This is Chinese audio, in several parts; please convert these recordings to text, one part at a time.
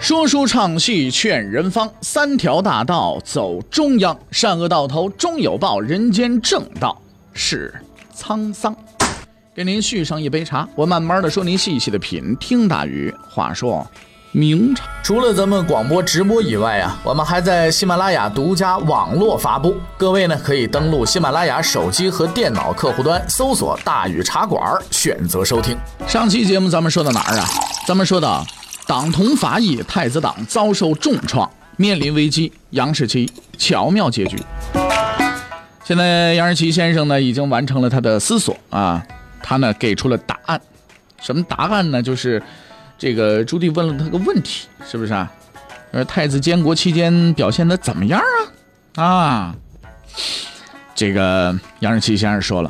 说书唱戏劝人方，三条大道走中央，善恶到头终有报，人间正道是沧桑。给您续上一杯茶，我慢慢的说，您细细的品。听大禹话说明朝。 除了咱们广播直播以外啊，我们还在喜马拉雅独家网络发布。各位呢可以登录喜马拉雅手机和电脑客户端，搜索大禹茶馆，选择收听。 上期节目咱们说到哪儿啊？咱们说到党同伐异，太子党遭受重创，面临危机，杨士奇巧妙结局。现在杨士奇先生呢已经完成了他的思索啊，他呢给出了答案。什么答案呢？就是这个朱棣问了他个问题，是不是啊？太子监国期间表现得怎么样啊？这个杨士奇先生说了，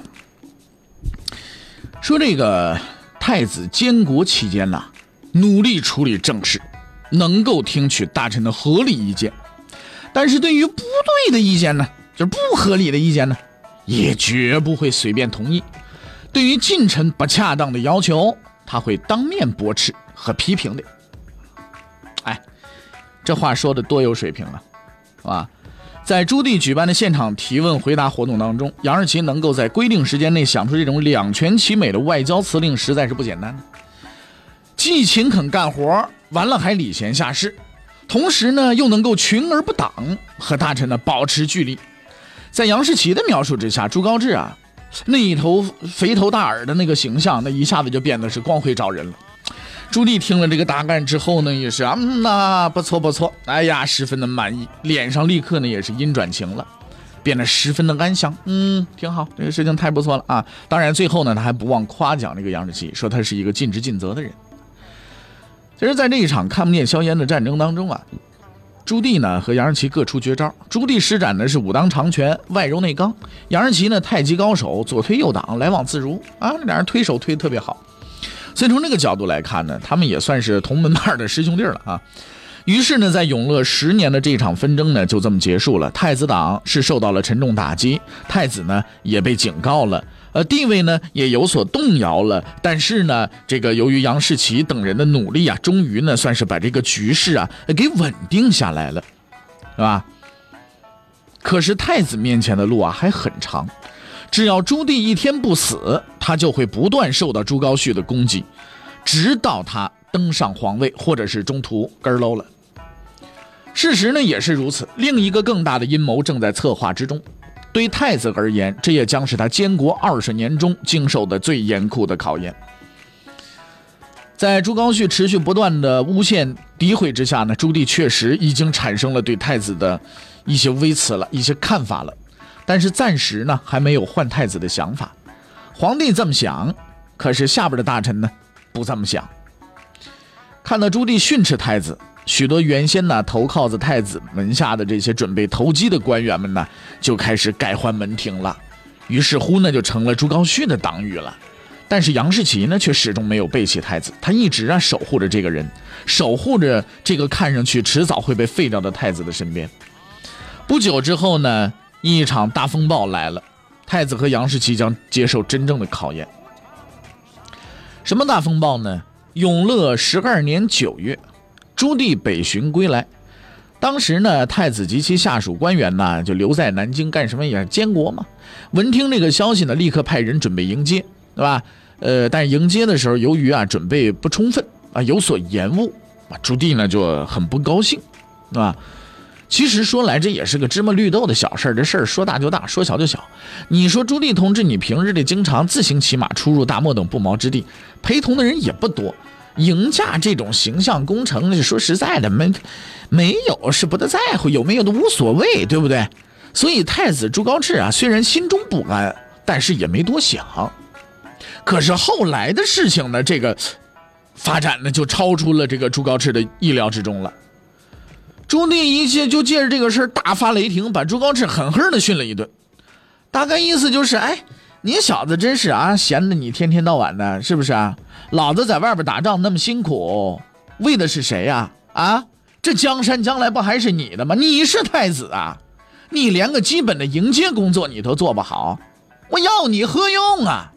说这个太子监国期间呢，努力处理政事，能够听取大臣的合理意见，但是对于不对的意见呢，就是不合理的意见呢，也绝不会随便同意。对于近臣不恰当的要求，他会当面驳斥和批评的。哎，这话说的多有水平啊，是吧？在朱棣举办的现场提问回答活动当中，杨士奇能够在规定时间内想出这种两全其美的外交辞令，实在是不简单的。既勤恳干活，完了还礼贤下士，同时呢又能够群而不党，和大臣呢保持距离。在杨士奇的描述之下，朱高炽啊那一头肥头大耳的那个形象，那一下子就变得是光辉照人了。朱棣听了这个答案之后呢，也是不错不错，哎呀，十分的满意，脸上立刻呢也是阴转晴了，变得十分的安详。挺好，这个事情太不错了啊！当然最后呢，他还不忘夸奖这个杨士奇，说他是一个尽职尽责的人。其实在这一场看不见硝烟的战争当中啊，朱棣呢和杨士奇各出绝招。朱棣施展的是武当长拳，外柔内刚；杨士奇呢太极高手，左推右挡，来往自如啊，俩人推手推得特别好。所以从这个角度来看呢，他们也算是同门派的师兄弟了啊。于是呢，在永乐10年的这场纷争呢，就这么结束了。太子党是受到了沉重打击，太子呢也被警告了，地位呢也有所动摇了。但是呢，这个由于杨士奇等人的努力啊，终于呢算是把这个局势啊给稳定下来了，是吧？可是太子面前的路啊还很长，只要朱棣一天不死，他就会不断受到朱高煦的攻击，直到他登上皇位，或者是中途根喽了。事实呢也是如此，另一个更大的阴谋正在策划之中。对太子而言，这也将是他监国20年中经受的最严酷的考验。在朱高煦持续不断的诬陷诋毁之下呢，朱棣确实已经产生了对太子的一些微词了，一些看法了，但是暂时呢还没有换太子的想法。皇帝这么想，可是下边的大臣呢不这么想。看到朱棣训斥太子，许多原先呢投靠在太子门下的这些准备投机的官员们呢，就开始改换门庭了，于是乎呢就成了朱高煦的党羽了。但是杨士奇呢却始终没有背弃太子，他一直守护着这个人，守护着这个看上去迟早会被废掉的太子的身边。不久之后呢，一场大风暴来了，太子和杨士奇将接受真正的考验。什么大风暴呢？永乐12年9月，朱棣北巡归来。当时呢，太子及其下属官员呢就留在南京干什么？也是监国嘛。闻听这个消息呢，立刻派人准备迎接，对吧？但是迎接的时候，由于准备不充分啊，有所延误啊，朱棣呢就很不高兴，对吧？其实说来这也是个芝麻绿豆的小事，这事儿说大就大，说小就小。你说朱棣同志，你平日里经常自行骑马出入大漠等不毛之地，陪同的人也不多，迎驾这种形象工程，说实在的，没有是不得在乎，有没有都无所谓，对不对？所以太子朱高炽啊，虽然心中不安，但是也没多想。可是后来的事情呢，这个发展呢就超出了这个朱高炽的意料之中了。朱棣一切就借着这个事大发雷霆，把朱高炽狠狠的训了一顿。大概意思就是，你小子真是闲得你天天到晚的，是不是啊？老子在外边打仗那么辛苦，为的是谁呀？这江山将来不还是你的吗？你是太子啊，你连个基本的迎接工作你都做不好，我要你何用啊？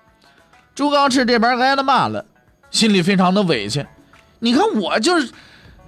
朱高炽这边挨了骂了，心里非常的委屈。你看我就是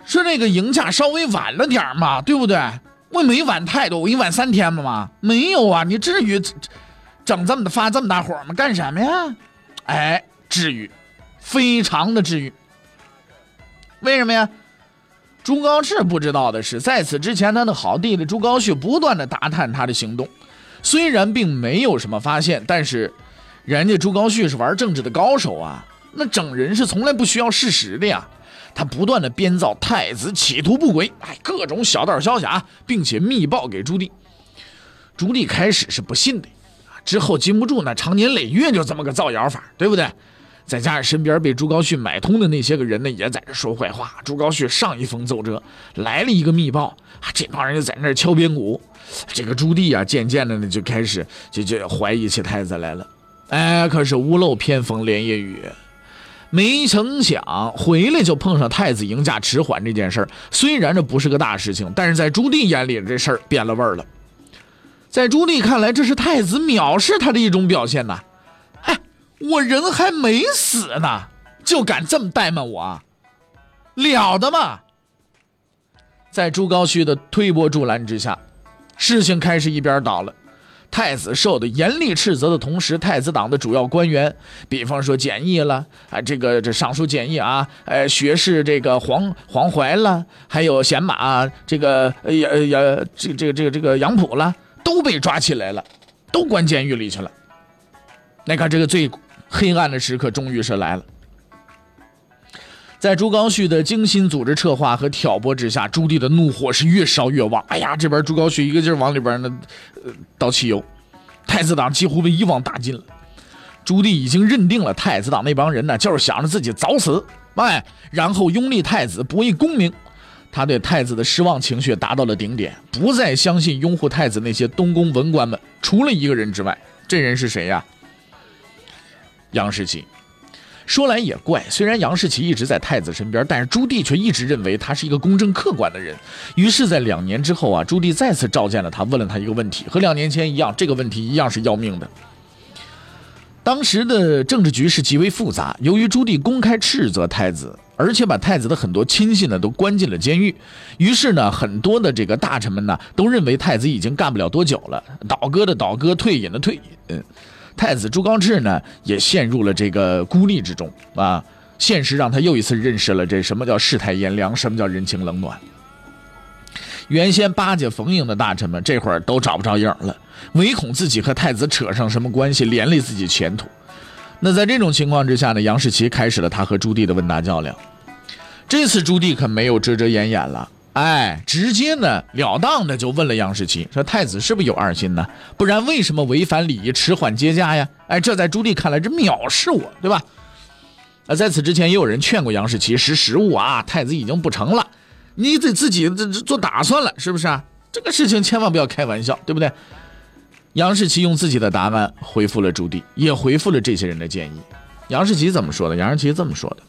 说那个迎驾稍微晚了点嘛，对不对？我没晚太多，我一晚3天嘛，没有啊，你至于整这么发这么大火吗？干什么呀？哎，至于，非常的至于。为什么呀？朱高炽不知道的是，在此之前他的好弟弟朱高煦不断的打探他的行动，虽然并没有什么发现，但是人家朱高煦是玩政治的高手啊，那整人是从来不需要事实的呀。他不断的编造太子企图不轨，各种小道消息啊，并且密报给朱棣。朱棣开始是不信的，之后禁不住呢，长年累月就这么个造谣法，对不对？再加上身边被朱高煦买通的那些个人呢，也在这说坏话。朱高煦上一封奏折来了一个密报，这帮人就在那儿敲边鼓。这个朱棣啊，渐渐的呢就开始就怀疑起太子来了。哎，可是屋漏偏逢连夜雨。没成想回来就碰上太子迎驾迟缓这件事儿，虽然这不是个大事情，但是在朱棣眼里这事儿变了味儿了。在朱棣看来，这是太子藐视他的一种表现呐。哎，我人还没死呢，就敢这么怠慢我，了得吗？在朱高煦的推波助澜之下，事情开始一边倒了。太子受的严厉斥责的同时，太子党的主要官员，比方说简易了这尚书简易啊，学士这个黄怀了，还有显马这个杨溥了，都被抓起来了，都关监狱里去了。那看这个最黑暗的时刻终于是来了。在朱高煦的精心组织策划和挑拨之下，朱棣的怒火是越烧越旺。哎呀，这边朱高煦一个劲儿往里边呢倒汽油，太子党几乎被一网打尽了。朱棣已经认定了太子党那帮人呢，就是想着自己早死，然后拥立太子，博弈功名。他对太子的失望情绪达到了顶点，不再相信拥护太子那些东宫文官们，除了一个人之外，这人是谁呀？杨士奇。说来也怪，虽然杨士奇一直在太子身边，但是朱棣却一直认为他是一个公正客观的人。于是在2年之后啊，朱棣再次召见了他，问了他一个问题，和2年前一样，这个问题一样是要命的。当时的政治局势极为复杂，由于朱棣公开斥责太子，而且把太子的很多亲信呢都关进了监狱，于是呢很多的这个大臣们呢都认为太子已经干不了多久了，倒戈的倒戈，退隐的退隐。太子朱高炽呢也陷入了这个孤立之中啊，现实让他又一次认识了这什么叫世态炎凉，什么叫人情冷暖。原先巴结逢迎的大臣们这会儿都找不着影了，唯恐自己和太子扯上什么关系，连累自己前途。那在这种情况之下呢，杨士奇开始了他和朱棣的问答较量。这次朱棣可没有遮遮掩掩了，直接呢了当的就问了杨士奇，说太子是不是有二心呢？不然为什么违反礼仪迟缓接驾呀？这在朱棣看来这藐视我，对吧？在此之前也有人劝过杨士奇识时务啊，太子已经不成了，你得自己做打算了，是不是啊？这个事情千万不要开玩笑，对不对？杨士奇用自己的答案回复了朱棣，也回复了这些人的建议。杨士奇怎么说的？杨士奇这么说的，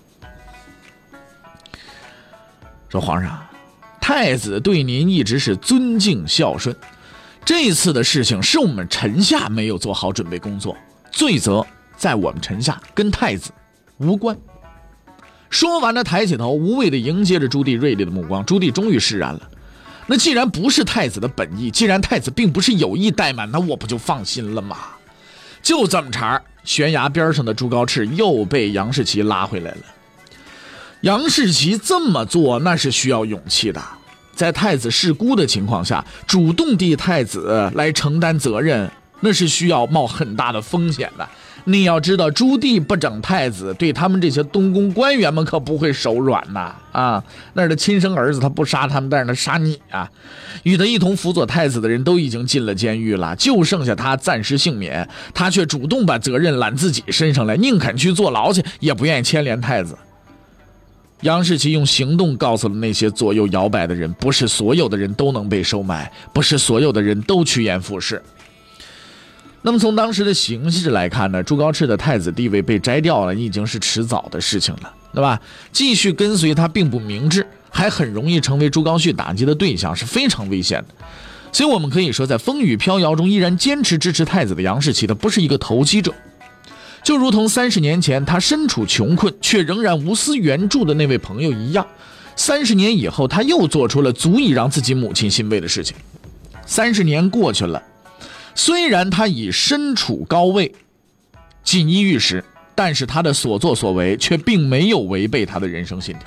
说皇上，太子对您一直是尊敬孝顺，这次的事情是我们臣下没有做好准备工作，罪责在我们臣下，跟太子无关。说完了，抬起头无畏地迎接着朱棣锐利的目光。朱棣终于释然了，那既然不是太子的本意，既然太子并不是有意怠慢，那我不就放心了吗？就这么茬，悬崖边上的朱高炽又被杨士奇拉回来了。杨士奇这么做那是需要勇气的，在太子弑孤的情况下，主动替太子来承担责任，那是需要冒很大的风险的。你要知道，朱棣不整太子，对他们这些东宫官员们可不会手软呐！那是他亲生儿子，他不杀他们，但是他杀你啊！与他一同辅佐太子的人都已经进了监狱了，就剩下他暂时幸免，他却主动把责任揽自己身上来，宁肯去坐牢去，也不愿意牵连太子。杨士奇用行动告诉了那些左右摇摆的人，不是所有的人都能被收买，不是所有的人都趋炎附势。那么从当时的形势来看呢，朱高炽的太子地位被摘掉了，已经是迟早的事情了，对吧？继续跟随他并不明智，还很容易成为朱高煦打击的对象，是非常危险的。所以我们可以说，在风雨飘摇中依然坚持支持太子的杨士奇，他不是一个投机者，就如同30年前他身处穷困却仍然无私援助的那位朋友一样， 30年以后，他又做出了足以让自己母亲欣慰的事情。30年过去了，虽然他已身处高位，锦衣玉食，但是他的所作所为却并没有违背他的人生信条。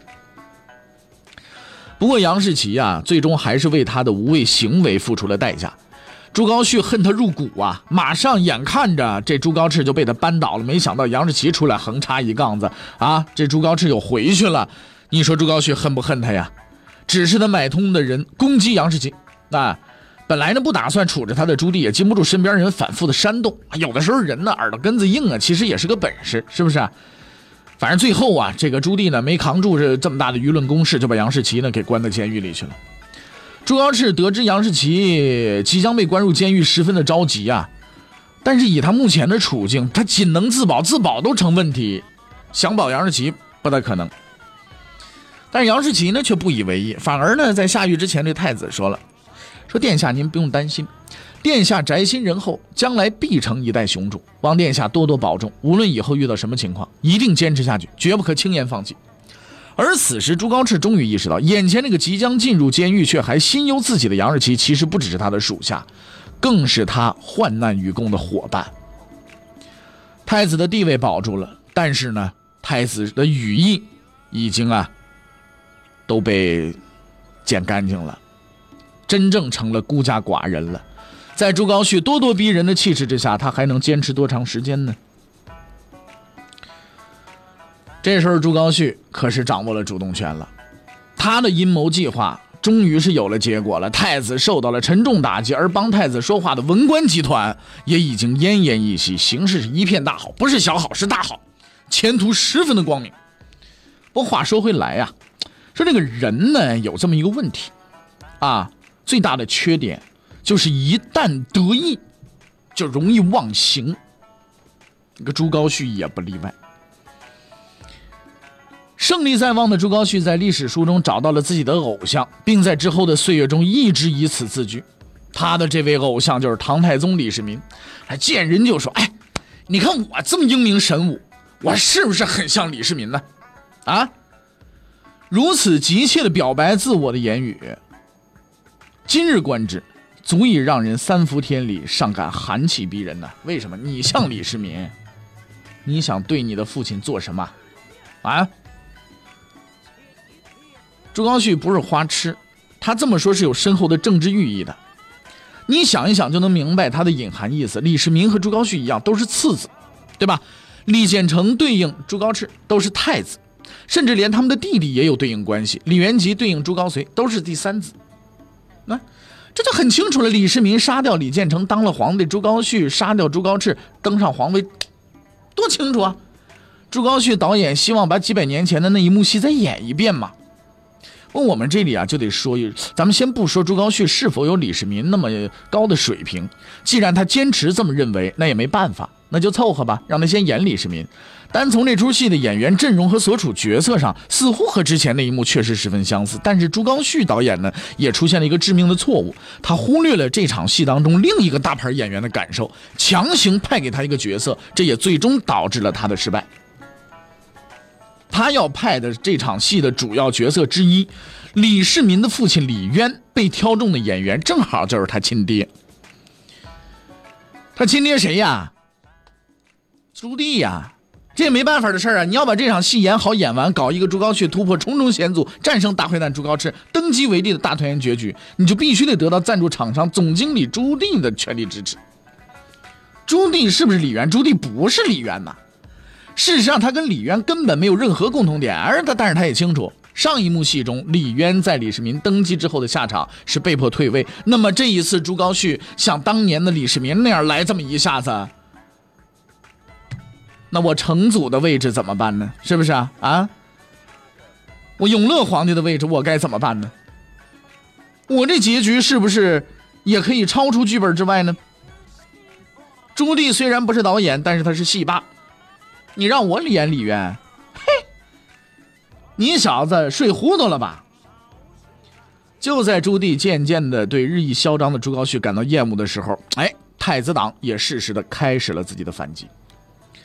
不过杨士奇啊，最终还是为他的无谓行为付出了代价。朱高煦恨他入骨啊，马上眼看着这朱高炽就被他扳倒了，没想到杨士奇出来横插一杠子啊，这朱高炽又回去了。你说朱高煦恨不恨他呀？只是他买通的人攻击杨士奇啊，本来呢不打算处着他的朱棣，也禁不住身边人反复的煽动，有的时候人呢耳朵根子硬啊，其实也是个本事，是不是啊？反正最后啊，这个朱棣呢没扛住这么大的舆论攻势，就把杨士奇呢给关到监狱里去了。朱高炽得知杨士奇即将被关入监狱，十分的着急啊。但是以他目前的处境，他仅能自保，自保都成问题，想保杨士奇不太可能。但是杨士奇呢却不以为意，反而呢在下狱之前对太子说了，说殿下您不用担心，殿下宅心仁厚，将来必成一代雄主，望殿下多多保重，无论以后遇到什么情况，一定坚持下去，绝不可轻言放弃。而此时朱高炽终于意识到，眼前那个即将进入监狱却还心忧自己的杨士奇，其实不只是他的属下，更是他患难与共的伙伴。太子的地位保住了，但是呢，太子的羽翼已经都被剪干净了，真正成了孤家寡人了。在朱高煦咄咄逼人的气势之下，他还能坚持多长时间呢？这时候朱高煦可是掌握了主动权了，他的阴谋计划终于是有了结果了。太子受到了沉重打击，而帮太子说话的文官集团也已经奄奄一息，形势是一片大好，不是小好是大好，前途十分的光明。不过话说回来呀，说这个人呢有这么一个问题啊，最大的缺点就是一旦得意就容易忘形，这个朱高煦也不例外。胜利在望的朱高煦在历史书中找到了自己的偶像，并在之后的岁月中一直以此自居。他的这位偶像就是唐太宗李世民，见人就说，哎，你看我这么英明神武，我是不是很像李世民呢？啊，如此急切的表白自我的言语，今日观之，足以让人三伏天里尚感寒气逼人呢。为什么？你像李世民，你想对你的父亲做什么啊？朱高煦不是花痴，他这么说是有深厚的政治寓意的。你想一想就能明白他的隐含意思。李世民和朱高煦一样都是次子，对吧？李建成对应朱高炽都是太子，甚至连他们的弟弟也有对应关系。李元吉对应朱高绥都是第三子。那这就很清楚了，李世民杀掉李建成当了皇帝，朱高煦杀掉朱高炽登上皇位，多清楚啊！朱高煦导演希望把几百年前的那一幕戏再演一遍嘛。我们这里就得说，咱们先不说朱高煦是否有李世民那么高的水平，既然他坚持这么认为，那也没办法，那就凑合吧，让他先演李世民。单从这出戏的演员阵容和所处角色上，似乎和之前那一幕确实十分相似。但是朱高煦导演呢，也出现了一个致命的错误，他忽略了这场戏当中另一个大牌演员的感受，强行派给他一个角色，这也最终导致了他的失败。他要派的这场戏的主要角色之一，李世民的父亲李渊，被挑中的演员正好就是他亲爹。他亲爹谁呀？朱棣呀。这也没办法的事啊！你要把这场戏演好演完，搞一个朱高煦突破重重险阻，战胜大坏蛋朱高炽，登基为帝的大团圆结局，你就必须得得到赞助厂商总经理朱棣的全力支持。朱棣是不是李渊？朱棣不是李渊呐。事实上，他跟李渊根本没有任何共同点，但是他也清楚，上一幕戏中李渊在李世民登基之后的下场是被迫退位。那么这一次朱高煦像当年的李世民那样来这么一下子，那我成祖的位置怎么办呢？是不是啊？我永乐皇帝的位置我该怎么办呢？我这结局是不是也可以超出剧本之外呢？朱棣虽然不是导演，但是他是戏霸。你让我演李渊，嘿，你小子睡糊涂了吧？就在朱棣渐渐的对日益嚣张的朱高煦感到厌恶的时候，太子党也适时的开始了自己的反击。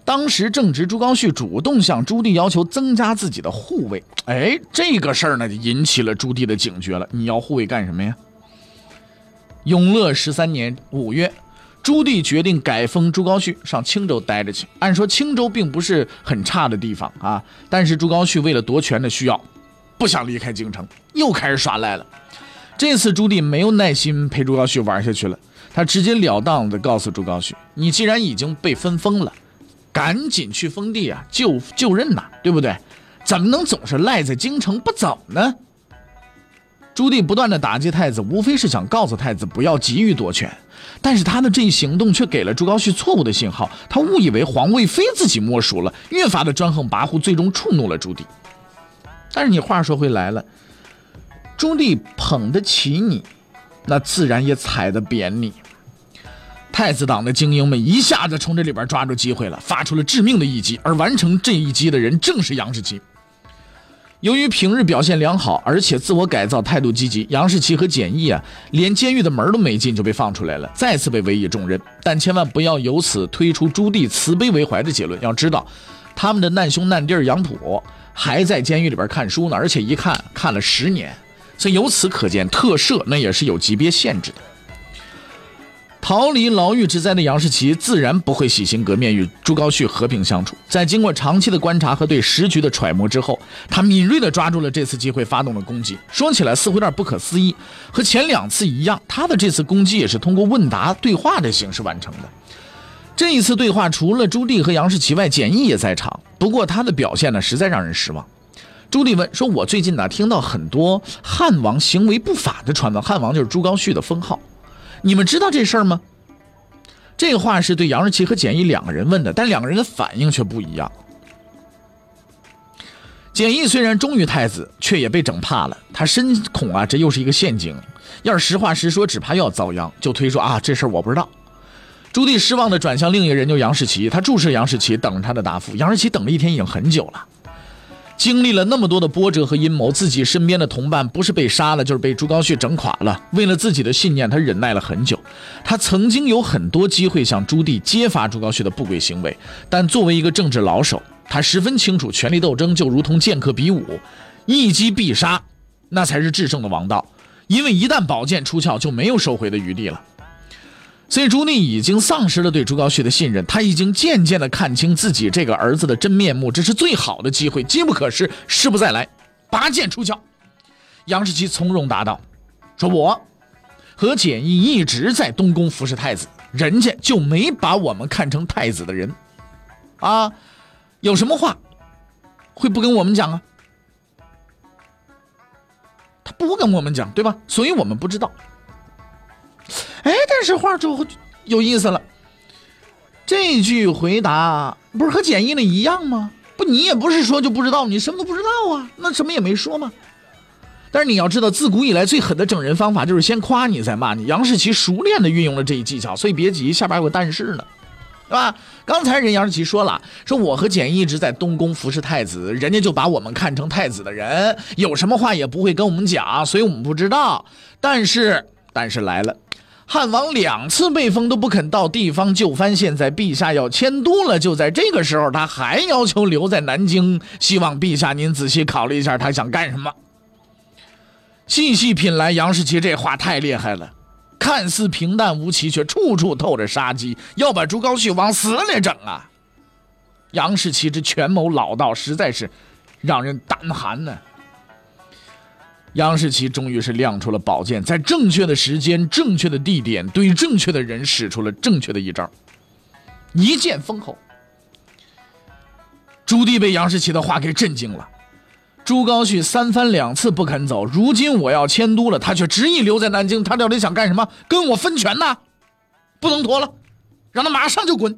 当时正值朱高煦主动向朱棣要求增加自己的护卫，这个事儿呢就引起了朱棣的警觉了。你要护卫干什么呀？永乐13年5月，朱棣决定改封朱高煦上青州待着去。按说青州并不是很差的地方啊，但是朱高煦为了夺权的需要，不想离开京城，又开始耍赖了。这次朱棣没有耐心陪朱高煦玩下去了，他直截了当地告诉朱高煦，你既然已经被分封了，赶紧去封地啊，就任呐，对不对？怎么能总是赖在京城不走呢？朱棣不断的打击太子，无非是想告诉太子不要急于夺权，但是他的这一行动却给了朱高煦错误的信号，他误以为皇位非自己莫属了，越发的专横跋扈，最终触怒了朱棣。但是你话说回来了，朱棣捧得起你，那自然也踩得扁你。太子党的精英们一下子从这里边抓住机会了，发出了致命的一击，而完成这一击的人正是杨士奇。由于平日表现良好，而且自我改造态度积极，杨士奇和简易连监狱的门都没进就被放出来了，再次被委以重任。但千万不要由此推出朱棣慈悲为怀的结论，要知道他们的难兄难弟杨溥还在监狱里边看书呢，而且一看了10年，所以由此可见，特赦那也是有级别限制的。逃离牢狱之灾的杨士奇自然不会洗心革面与朱高煦和平相处，在经过长期的观察和对时局的揣摩之后，他敏锐地抓住了这次机会发动了攻击。说起来似乎有点不可思议，和前2次一样，他的这次攻击也是通过问答对话的形式完成的。这一次对话除了朱棣和杨士奇外，简易也在场，不过他的表现呢实在让人失望。朱棣问说，我最近听到很多汉王行为不法的传闻，汉王就是朱高煦的封号，你们知道这事儿吗？这话是对杨士奇和简易2个人问的，但2个人的反应却不一样。简易虽然忠于太子，却也被整怕了，他深恐这又是一个陷阱，要是实话实说，只怕又要遭殃，就推说这事儿我不知道。朱棣失望地转向另一个人，就杨士奇，他注视杨士奇，等着他的答复。杨士奇等了1天已经很久了，经历了那么多的波折和阴谋，自己身边的同伴不是被杀了，就是被朱高煦整垮了。为了自己的信念，他忍耐了很久。他曾经有很多机会向朱棣揭发朱高煦的不轨行为，但作为一个政治老手，他十分清楚，权力斗争就如同剑客比武，一击必杀，那才是制胜的王道。因为一旦宝剑出鞘，就没有收回的余地了。所以朱棣已经丧失了对朱高煦的信任，他已经渐渐地看清自己这个儿子的真面目，这是最好的机会，机不可失，失不再来，拔剑出鞘。杨士奇从容答道，说我和简易一直在东宫服侍太子，人家就没把我们看成太子的人有什么话会不跟我们讲啊？他不跟我们讲，对吧？所以我们不知道。但是话就有意思了，这句回答不是和简易的一样吗？你也不是说就不知道，你什么都不知道啊，那什么也没说吗？但是你要知道，自古以来最狠的整人方法就是先夸你再骂你。杨士奇熟练地运用了这一技巧，所以别急，下边有个但是呢，对吧？刚才人杨士奇说了，说我和简易一直在东宫服侍太子，人家就把我们看成太子的人，有什么话也不会跟我们讲，所以我们不知道。但是来了，汉王2次被封都不肯到地方就藩，现在陛下要迁都了，就在这个时候他还要求留在南京，希望陛下您仔细考虑一下他想干什么。细细品来，杨士奇这话太厉害了，看似平淡无奇，却处处透着杀机，要把朱高煦往死里整啊！杨士奇之权谋老道，实在是让人胆寒呢。杨士奇终于是亮出了宝剑，在正确的时间、正确的地点，对正确的人使出了正确的一招，一剑封喉。朱棣被杨士奇的话给震惊了。朱高煦3番2次不肯走，如今我要迁都了，他却执意留在南京，他到底想干什么？跟我分权呢？不能拖了，让他马上就滚。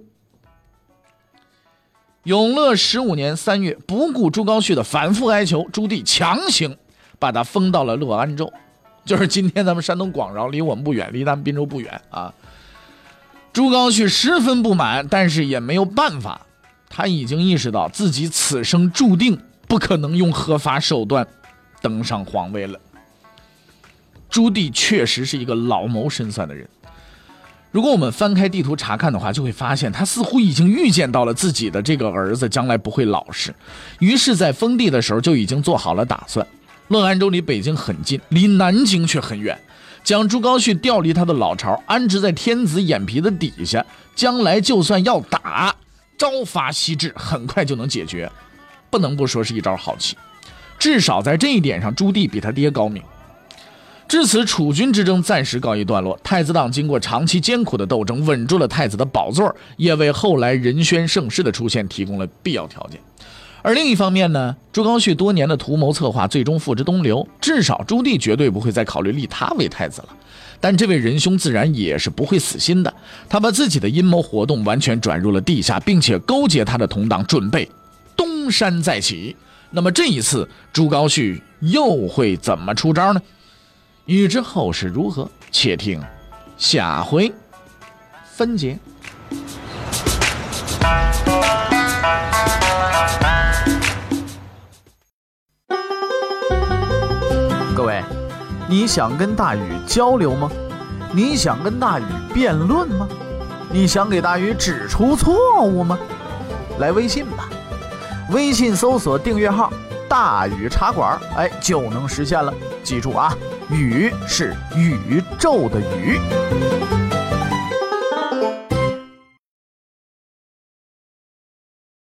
永乐15年3月，不顾朱高煦的反复哀求，朱棣强行把他封到了乐安州，就是今天咱们山东广饶，离我们不远，离咱们滨州不远啊。朱高煦十分不满，但是也没有办法，他已经意识到自己此生注定不可能用合法手段登上皇位了。朱棣确实是一个老谋深算的人， 如果我们翻开地图查看的话，就会发现他似乎已经预见到了自己的这个儿子将来不会老实，于是在封地的时候就已经做好了打算。乐安州离北京很近，离南京却很远，将朱高煦调离他的老巢，安置在天子眼皮的底下，将来就算要打，朝发夕至，很快就能解决。不能不说是一招好棋，至少在这一点上朱棣比他爹高明。至此，储君之争暂时告一段落，太子党经过长期艰苦的斗争，稳住了太子的宝座，也为后来仁宣盛世的出现提供了必要条件。而另一方面呢，朱高煦多年的图谋策划最终付之东流，至少朱棣绝对不会再考虑立他为太子了。但这位仁兄自然也是不会死心的，他把自己的阴谋活动完全转入了地下，并且勾结他的同党，准备东山再起。那么这一次朱高煦又会怎么出招呢？欲知后事如何，且听下回分解。 各位，你想跟大禹交流吗？你想跟大禹辩论吗？你想给大禹指出错误吗？来微信吧，微信搜索订阅号大禹茶馆，就能实现了。记住啊，禹是宇宙的宇。